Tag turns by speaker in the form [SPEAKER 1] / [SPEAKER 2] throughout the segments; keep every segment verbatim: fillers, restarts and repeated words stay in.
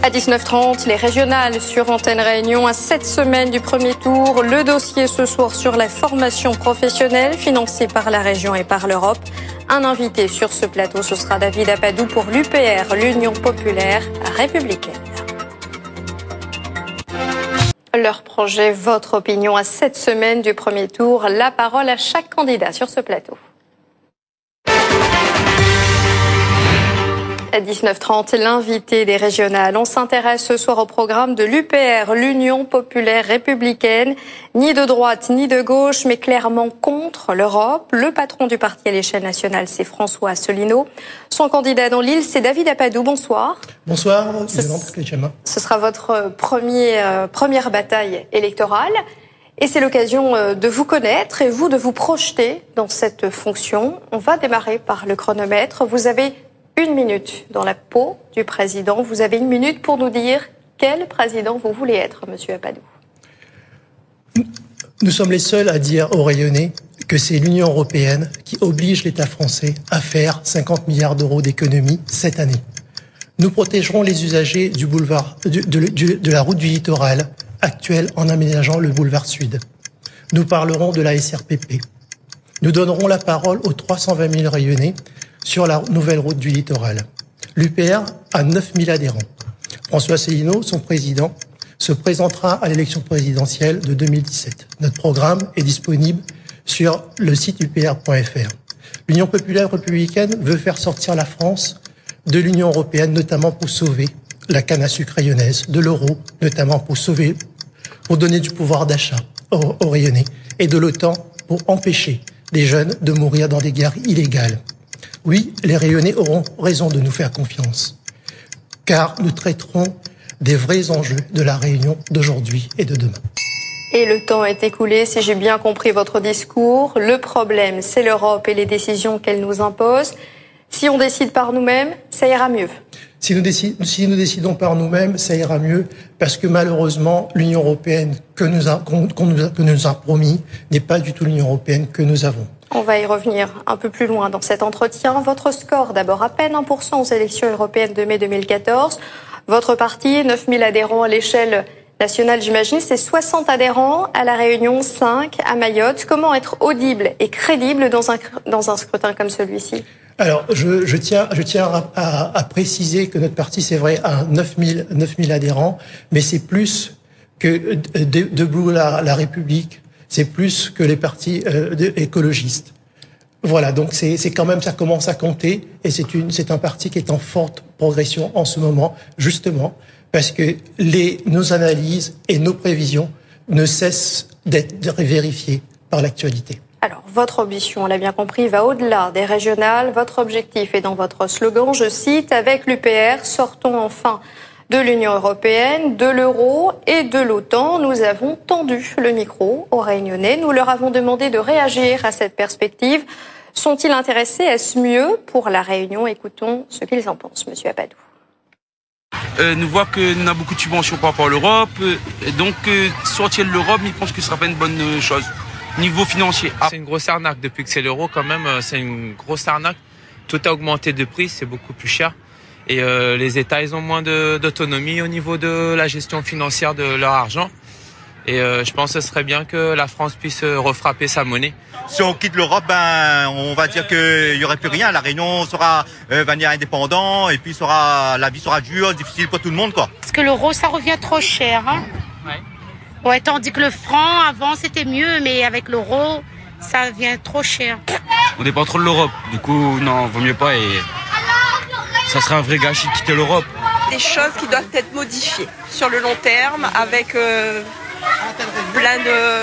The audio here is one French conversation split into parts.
[SPEAKER 1] À dix-neuf heures trente, les régionales sur Antenne Réunion à sept semaines du premier tour. Le dossier ce soir sur la formation professionnelle financée par la région et par l'Europe. Un invité sur ce plateau, ce sera David Apadou pour l'U P R, l'Union populaire républicaine. Leur projet, votre opinion à sept semaines du premier tour. La parole à chaque candidat sur ce plateau. À dix-neuf heures trente, l'invité des régionales. On s'intéresse ce soir au programme de l'U P R, l'Union populaire républicaine. Ni de droite ni de gauche, mais clairement contre l'Europe. Le patron du parti à l'échelle nationale, c'est François Asselineau. Son candidat dans l'île, c'est David Apadou. Bonsoir.
[SPEAKER 2] Bonsoir.
[SPEAKER 1] Ce, ce sera votre premier, euh, première bataille électorale. Et c'est l'occasion euh, de vous connaître et vous de vous projeter dans cette fonction. On va démarrer par le chronomètre. Vous avez une minute dans la peau du président. Vous avez une minute pour nous dire quel président vous voulez être, Monsieur Apadou.
[SPEAKER 2] Nous sommes les seuls à dire aux Rayonnais que c'est l'Union européenne qui oblige l'État français à faire cinquante milliards d'euros d'économies cette année. Nous protégerons les usagers du boulevard, du, de, du, de la route du littoral actuelle en aménageant le boulevard Sud. Nous parlerons de la S R P P. Nous donnerons la parole aux trois cent vingt mille Rayonnais sur la nouvelle route du littoral. L'U P R a neuf mille adhérents. François Asselineau, son président, se présentera à l'élection présidentielle de deux mille dix-sept. Notre programme est disponible sur le site u p r point f r. L'Union populaire républicaine veut faire sortir la France de l'Union européenne, notamment pour sauver la canne à sucre rayonnaise, de l'euro, notamment pour sauver, pour donner du pouvoir d'achat aux, aux Rayonnais, et de l'OTAN pour empêcher des jeunes de mourir dans des guerres illégales. Oui, les Rayonnais auront raison de nous faire confiance, car nous traiterons des vrais enjeux de la Réunion d'aujourd'hui et de demain.
[SPEAKER 1] Et le temps est écoulé, si j'ai bien compris votre discours. Le problème, c'est l'Europe et les décisions qu'elle nous impose. Si on décide par nous-mêmes, ça ira mieux.
[SPEAKER 2] Si nous, décid- si nous décidons par nous-mêmes, ça ira mieux, parce que malheureusement, l'Union européenne que nous a, qu'on, qu'on nous a, que nous a promis n'est pas du tout l'Union européenne que nous avons.
[SPEAKER 1] On va y revenir un peu plus loin dans cet entretien. Votre score, d'abord, à peine un pour cent aux élections européennes de mai deux mille quatorze. Votre parti, neuf mille adhérents à l'échelle nationale, j'imagine. C'est soixante adhérents à La Réunion, cinq à Mayotte. Comment être audible et crédible dans un, dans un scrutin comme celui-ci ? Alors, je, je tiens, je tiens à, à, à préciser que notre parti, c'est vrai, a neuf mille adhérents, mais c'est plus que de, Debout la, la République. C'est plus que les partis euh, écologistes. Voilà, donc c'est, c'est quand même, ça commence à compter, et c'est une, c'est un parti qui est en forte progression en ce moment, justement, parce que les, nos analyses et nos prévisions ne cessent d'être vérifiées par l'actualité. Alors, votre ambition, on l'a bien compris, va au-delà des régionales. Votre objectif est dans votre slogan, je cite, avec l'U P R, sortons enfin de l'Union européenne, de l'euro et de l'OTAN. Nous avons tendu le micro aux Réunionnais. Nous leur avons demandé de réagir à cette perspective. Sont-ils intéressés? Est-ce mieux pour la Réunion? Écoutons ce qu'ils en pensent, Monsieur Apadou.
[SPEAKER 3] Euh, nous voit que nous avons beaucoup de subventions par rapport à l'Europe. Euh, donc, euh, sortir de l'Europe, je pense que ce ne sera pas une bonne euh, chose. Niveau financier. Ah.
[SPEAKER 4] C'est une grosse arnaque. Depuis que c'est l'euro, quand même, c'est une grosse arnaque. Tout a augmenté de prix, c'est beaucoup plus cher. Et euh, les États, ils ont moins de, d'autonomie au niveau de la gestion financière de leur argent. Et euh, je pense que ce serait bien que la France puisse refrapper sa monnaie.
[SPEAKER 5] Si on quitte l'Europe, ben, on va dire qu'il n'y aurait plus rien. La Réunion sera euh, venir indépendant et puis sera, la vie sera dure, difficile pour tout le monde, quoi.
[SPEAKER 6] Parce que l'euro, ça revient trop cher. Hein ouais. Ouais, tandis que le franc, avant, c'était mieux, mais avec l'euro, ça devient trop cher.
[SPEAKER 3] On dépend trop de l'Europe. Du coup, non, vaut mieux pas. Et ça serait un vrai gâchis de quitter l'Europe.
[SPEAKER 7] Des choses qui doivent être modifiées sur le long terme, avec euh, plein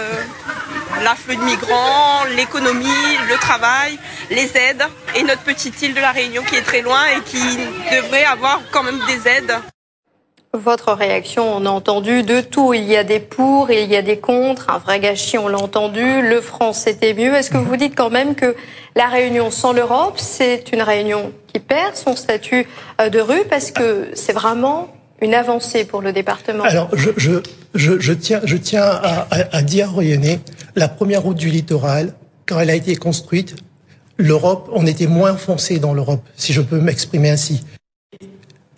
[SPEAKER 7] de l'afflux de migrants, l'économie, le travail, les aides et notre petite île de la Réunion qui est très loin et qui devrait avoir quand même des aides.
[SPEAKER 1] Votre réaction, on a entendu de tout. Il y a des pour, il y a des contre. Un vrai gâchis, on l'a entendu. Le franc, c'était mieux. Est-ce que vous dites quand même que la Réunion sans l'Europe, c'est une Réunion qui perd son statut de rue parce que c'est vraiment une avancée pour le département?
[SPEAKER 2] Alors, je, je, je, je tiens, je tiens à, à, à dire aux Rayonnais, la première route du littoral, quand elle a été construite, l'Europe, on était moins foncé dans l'Europe, si je peux m'exprimer ainsi.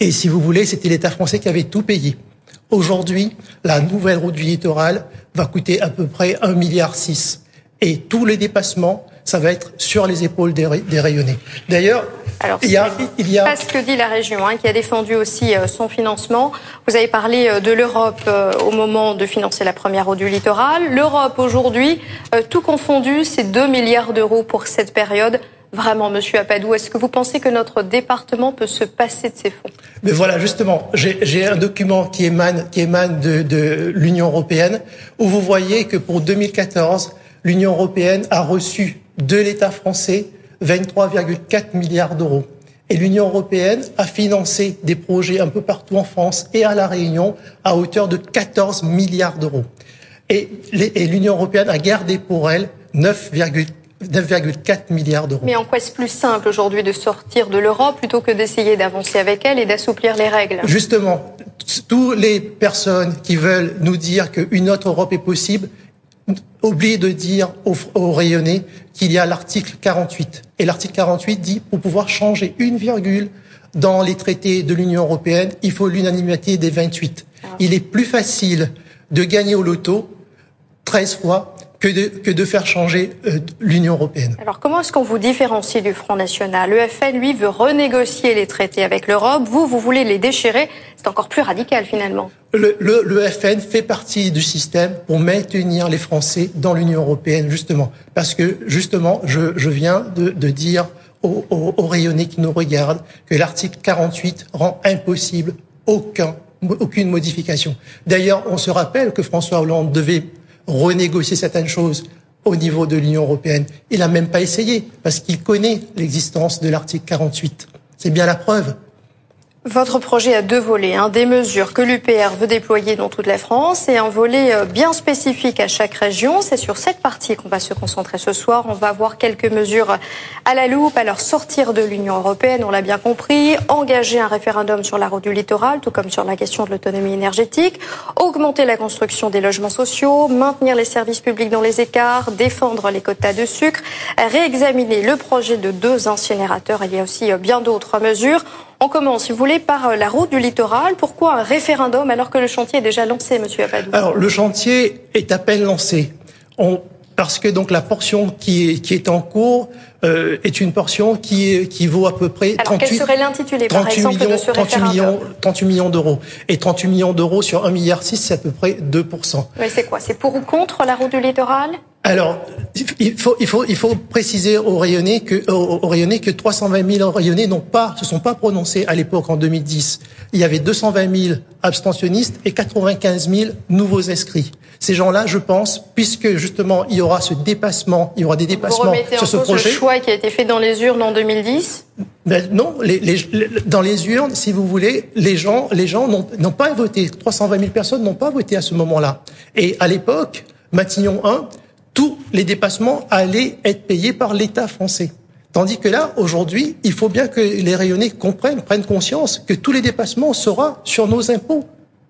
[SPEAKER 2] Et si vous voulez, c'était l'État français qui avait tout payé. Aujourd'hui, la nouvelle route du littoral va coûter à peu près un milliard six. Et tous les dépassements, ça va être sur les épaules des, des rayonnés. D'ailleurs,
[SPEAKER 1] Alors,
[SPEAKER 2] il y a, il y a...
[SPEAKER 1] pas ce que dit la région, hein, qui a défendu aussi euh, son financement. Vous avez parlé euh, de l'Europe euh, au moment de financer la première route du littoral. L'Europe aujourd'hui, euh, tout confondu, c'est deux milliards d'euros pour cette période. Vraiment, Monsieur Apadou, est-ce que vous pensez que notre département peut se passer de ces fonds?
[SPEAKER 2] Mais voilà, justement, j'ai, j'ai un document qui émane, qui émane de, de l'Union européenne, où vous voyez que pour deux mille quatorze, l'Union européenne a reçu de l'État français vingt-trois virgule quatre milliards d'euros. Et l'Union européenne a financé des projets un peu partout en France et à La Réunion à hauteur de quatorze milliards d'euros. Et, les, et l'Union européenne a gardé pour elle neuf virgule quatre milliards d'euros.
[SPEAKER 1] Mais en quoi est-ce plus simple aujourd'hui de sortir de l'Europe plutôt que d'essayer d'avancer avec elle et d'assouplir les règles?
[SPEAKER 2] Justement, toutes les personnes qui veulent nous dire qu'une autre Europe est possible oublient de dire aux, aux rayonnés qu'il y a l'article quarante-huit. Et l'article quarante-huit dit, pour pouvoir changer une virgule dans les traités de l'Union européenne, il faut l'unanimité des vingt-huit. Ah. Il est plus facile de gagner au loto treize fois que de, que de faire changer euh, l'Union européenne.
[SPEAKER 1] Alors comment est-ce qu'on vous différencie du Front National? L'E F N, lui, veut renégocier les traités avec l'Europe. Vous, vous voulez les déchirer. C'est encore plus radical, finalement.
[SPEAKER 2] Le, le, le F N fait partie du système pour maintenir les Français dans l'Union européenne, justement. Parce que, justement, je, je viens de, de dire aux, aux, aux rayonnés qui nous regardent que l'article quarante-huit rend impossible aucun, aucune modification. D'ailleurs, on se rappelle que François Hollande devait renégocier certaines choses au niveau de l'Union européenne. Il n'a même pas essayé, parce qu'il connaît l'existence de l'article quarante-huit. C'est bien la preuve.
[SPEAKER 1] Votre projet a deux volets, hein, des mesures que l'U P R veut déployer dans toute la France et un volet bien spécifique à chaque région. C'est sur cette partie qu'on va se concentrer ce soir. On va voir quelques mesures à la loupe. Alors sortir de l'Union européenne, on l'a bien compris, engager un référendum sur la route du littoral, tout comme sur la question de l'autonomie énergétique, augmenter la construction des logements sociaux, maintenir les services publics dans les écarts, défendre les quotas de sucre, réexaminer le projet de deux incinérateurs. Il y a aussi bien d'autres mesures. On commence, si vous voulez, par la route du littoral. Pourquoi un référendum alors que le chantier est déjà lancé, Monsieur Apadou?
[SPEAKER 2] Alors, le chantier est à peine lancé. On, parce que donc la portion qui est, qui est en cours euh, est une portion qui, qui vaut à peu près
[SPEAKER 1] alors,
[SPEAKER 2] trente-huit,
[SPEAKER 1] quel serait l'intitulé, par exemple,
[SPEAKER 2] millions,
[SPEAKER 1] de ce
[SPEAKER 2] trente-huit
[SPEAKER 1] référendum
[SPEAKER 2] millions, trente-huit millions d'euros. Et trente-huit millions d'euros sur un milliard six, c'est à peu près deux pour cent.
[SPEAKER 1] Mais c'est quoi? C'est pour ou contre la route du littoral?
[SPEAKER 2] Alors, il faut, il faut, il faut préciser aux rayonnés que, aux, aux rayonnés que trois cent vingt mille rayonnés n'ont pas, se sont pas prononcés à l'époque en deux mille dix. Il y avait deux cent vingt mille abstentionnistes et quatre-vingt-quinze mille nouveaux inscrits. Ces gens-là, je pense, puisque justement il y aura ce dépassement, il y aura des dépassements sur ce projet. Vous remettez en cause le
[SPEAKER 1] choix qui a été fait dans les urnes en deux mille dix?
[SPEAKER 2] Ben non, les, les, dans les urnes, si vous voulez, les gens, les gens n'ont, n'ont pas voté. trois cent vingt mille personnes n'ont pas voté à ce moment-là. Et à l'époque, Matignon un, tous les dépassements allaient être payés par l'État français. Tandis que là, aujourd'hui, il faut bien que les rayonnés comprennent, prennent conscience que tous les dépassements seront sur nos impôts.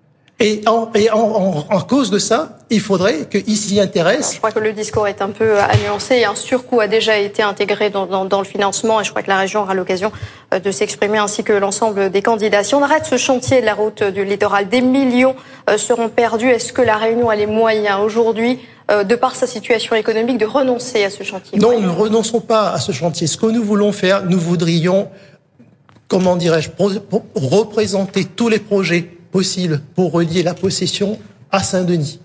[SPEAKER 2] Et en, et en, en, en cause de ça, il faudrait qu'ils s'y intéressent.
[SPEAKER 1] Alors, je crois que le discours est un peu à nuancer. Un surcoût a déjà été intégré dans, dans, dans le financement et je crois que la région aura l'occasion de s'exprimer ainsi que l'ensemble des candidats. Si on arrête ce chantier de la route du littoral, des millions seront perdus. Est-ce que la Réunion a les moyens aujourd'hui, de par sa situation économique, de renoncer à ce chantier?
[SPEAKER 2] Non, nous ne renonçons pas à ce chantier. Ce que nous voulons faire, nous voudrions, comment dirais-je, représenter tous les projets possibles pour relier la possession à Saint-Denis.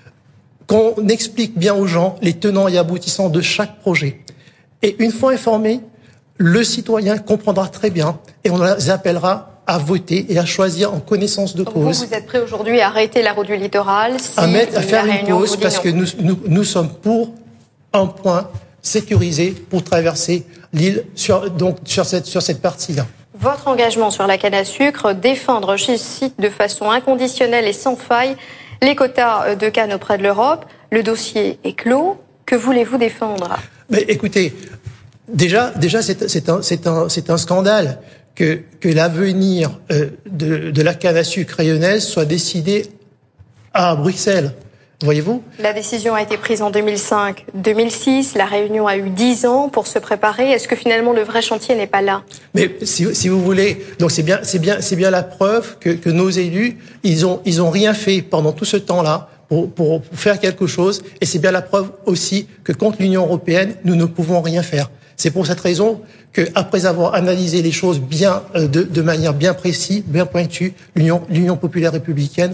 [SPEAKER 2] Qu'on explique bien aux gens les tenants et aboutissants de chaque projet. Et une fois informé, le citoyen comprendra très bien et on les appellera à voter et à choisir en connaissance de
[SPEAKER 1] Donc
[SPEAKER 2] cause.
[SPEAKER 1] Vous, vous êtes prêt aujourd'hui à arrêter la route du littoral si
[SPEAKER 2] à, mettre, à faire une pause parce
[SPEAKER 1] non.
[SPEAKER 2] que nous, nous, nous sommes pour un point sécurisé pour traverser l'île sur, donc, sur cette, sur cette partie-là.
[SPEAKER 1] Votre engagement sur la canne à sucre, défendre, je cite, de façon inconditionnelle et sans faille les quotas de canne auprès de l'Europe. Le dossier est clos. Que voulez-vous défendre?
[SPEAKER 2] Mais écoutez, déjà, déjà c'est, c'est, un, c'est, un, c'est un scandale que, que l'avenir euh, de, de la canne à sucre rayonnaise soit décidé à Bruxelles. Voyez-vous ?
[SPEAKER 1] La décision a été prise en deux mille cinq deux mille six. La Réunion a eu dix ans pour se préparer. Est-ce que finalement le vrai chantier n'est pas là ?
[SPEAKER 2] Mais si, si vous voulez, donc c'est bien, c'est bien, c'est bien la preuve que, que nos élus, ils ont, ils ont rien fait pendant tout ce temps-là pour, pour faire quelque chose. Et c'est bien la preuve aussi que contre l'Union européenne, nous ne pouvons rien faire. C'est pour cette raison que, après avoir analysé les choses bien, de, de manière bien précise, bien pointue, l'Union, l'Union populaire républicaine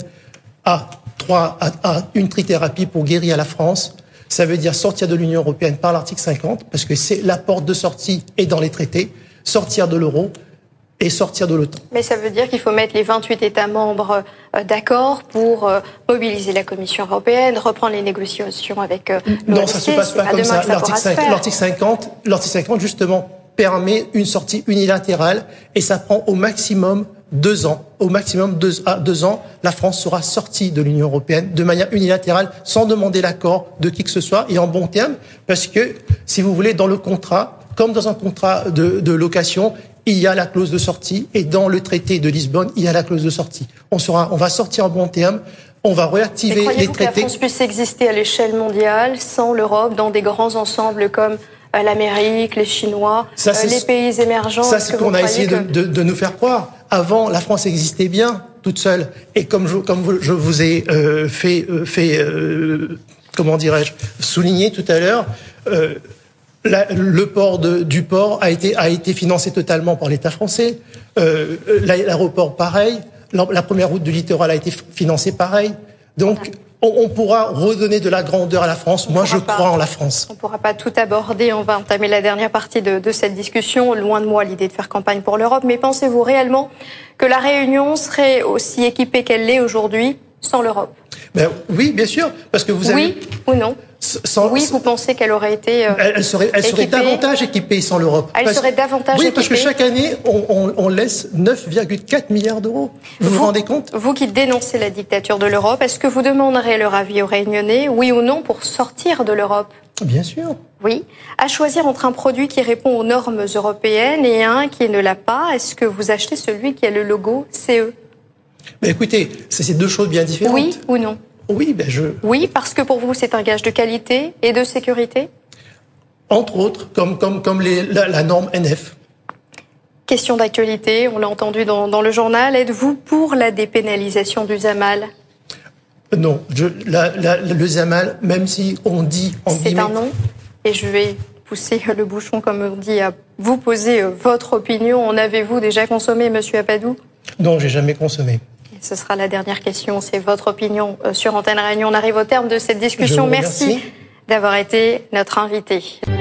[SPEAKER 2] a trois, a, a une trithérapie pour guérir la France. Ça veut dire sortir de l'Union européenne par l'article cinquante, parce que c'est la porte de sortie est dans les traités, sortir de l'euro et sortir de l'OTAN.
[SPEAKER 1] Mais ça veut dire qu'il faut mettre les vingt-huit États membres euh, d'accord pour euh, mobiliser la Commission européenne, reprendre les négociations avec euh, l'O M C.
[SPEAKER 2] Non, ça se passe pas comme ça.
[SPEAKER 1] ça
[SPEAKER 2] L'article cinquante, l'article cinquante, l'article cinquante, justement, permet une sortie unilatérale et ça prend au maximum deux ans. Au maximum deux, à deux ans, la France sera sortie de l'Union européenne de manière unilatérale, sans demander l'accord de qui que ce soit et en bon terme, parce que, si vous voulez, dans le contrat, comme dans un contrat de, de location, il y a la clause de sortie et dans le traité de Lisbonne, il y a la clause de sortie. On sera, on va sortir en bon terme. On va réactiver les traités.
[SPEAKER 1] Croyez-vous que la France puisse exister à l'échelle mondiale sans l'Europe dans des grands ensembles comme l'Amérique, les Chinois, ça, euh, les pays émergents?
[SPEAKER 2] Ça, c'est ce qu'on a essayé
[SPEAKER 1] que...
[SPEAKER 2] de, de, de nous faire croire. Avant, la France existait bien, toute seule. Et comme je, comme je vous ai euh, fait, euh, fait euh, comment dirais-je, souligner tout à l'heure, euh, la, le port de, du port a été, a été financé totalement par l'État français. Euh, l'aéroport, pareil. La, la première route du littoral a été financée pareil. Donc, on, on pourra redonner de la grandeur à la France. On Moi, je pas, crois en la France.
[SPEAKER 1] On ne pourra pas tout aborder. On va entamer la dernière partie de, de cette discussion. Loin de moi l'idée de faire campagne pour l'Europe. Mais pensez-vous réellement que la Réunion serait aussi équipée qu'elle l'est aujourd'hui sans l'Europe?
[SPEAKER 2] Ben, oui, bien sûr. Parce que vous avez...
[SPEAKER 1] Oui ou non? Sans, oui, vous pensez qu'elle aurait été euh,
[SPEAKER 2] elle, elle serait, elle serait davantage équipée sans l'Europe.
[SPEAKER 1] Elle parce, serait davantage
[SPEAKER 2] oui,
[SPEAKER 1] équipée.
[SPEAKER 2] Oui, parce que chaque année, on, on, on laisse neuf virgule quatre milliards d'euros. Vous, vous vous rendez compte?
[SPEAKER 1] Vous qui dénoncez la dictature de l'Europe, est-ce que vous demanderez leur avis aux Réunionnais, oui ou non, pour sortir de l'Europe?
[SPEAKER 2] Bien sûr.
[SPEAKER 1] Oui. À choisir entre un produit qui répond aux normes européennes et un qui ne l'a pas, est-ce que vous achetez celui qui a le logo C E?
[SPEAKER 2] Mais écoutez, c'est deux choses bien différentes.
[SPEAKER 1] Oui ou non?
[SPEAKER 2] Oui, ben je...
[SPEAKER 1] Oui, parce que pour vous, c'est un gage de qualité et de sécurité?
[SPEAKER 2] Entre autres, comme, comme, comme les, la, la norme N F.
[SPEAKER 1] Question d'actualité, on l'a entendu dans, dans le journal. Êtes-vous pour la dépénalisation du Zamal?
[SPEAKER 2] Non, je, la, la, le Zamal, même si on dit...
[SPEAKER 1] C'est un non, et je vais pousser le bouchon, comme on dit, à vous poser votre opinion. En avez-vous déjà consommé, Monsieur Apadou?
[SPEAKER 2] Non, j'ai jamais consommé.
[SPEAKER 1] Ce sera la dernière question, c'est votre opinion sur Antenne Réunion. On arrive au terme de cette discussion. Merci d'avoir été notre invité.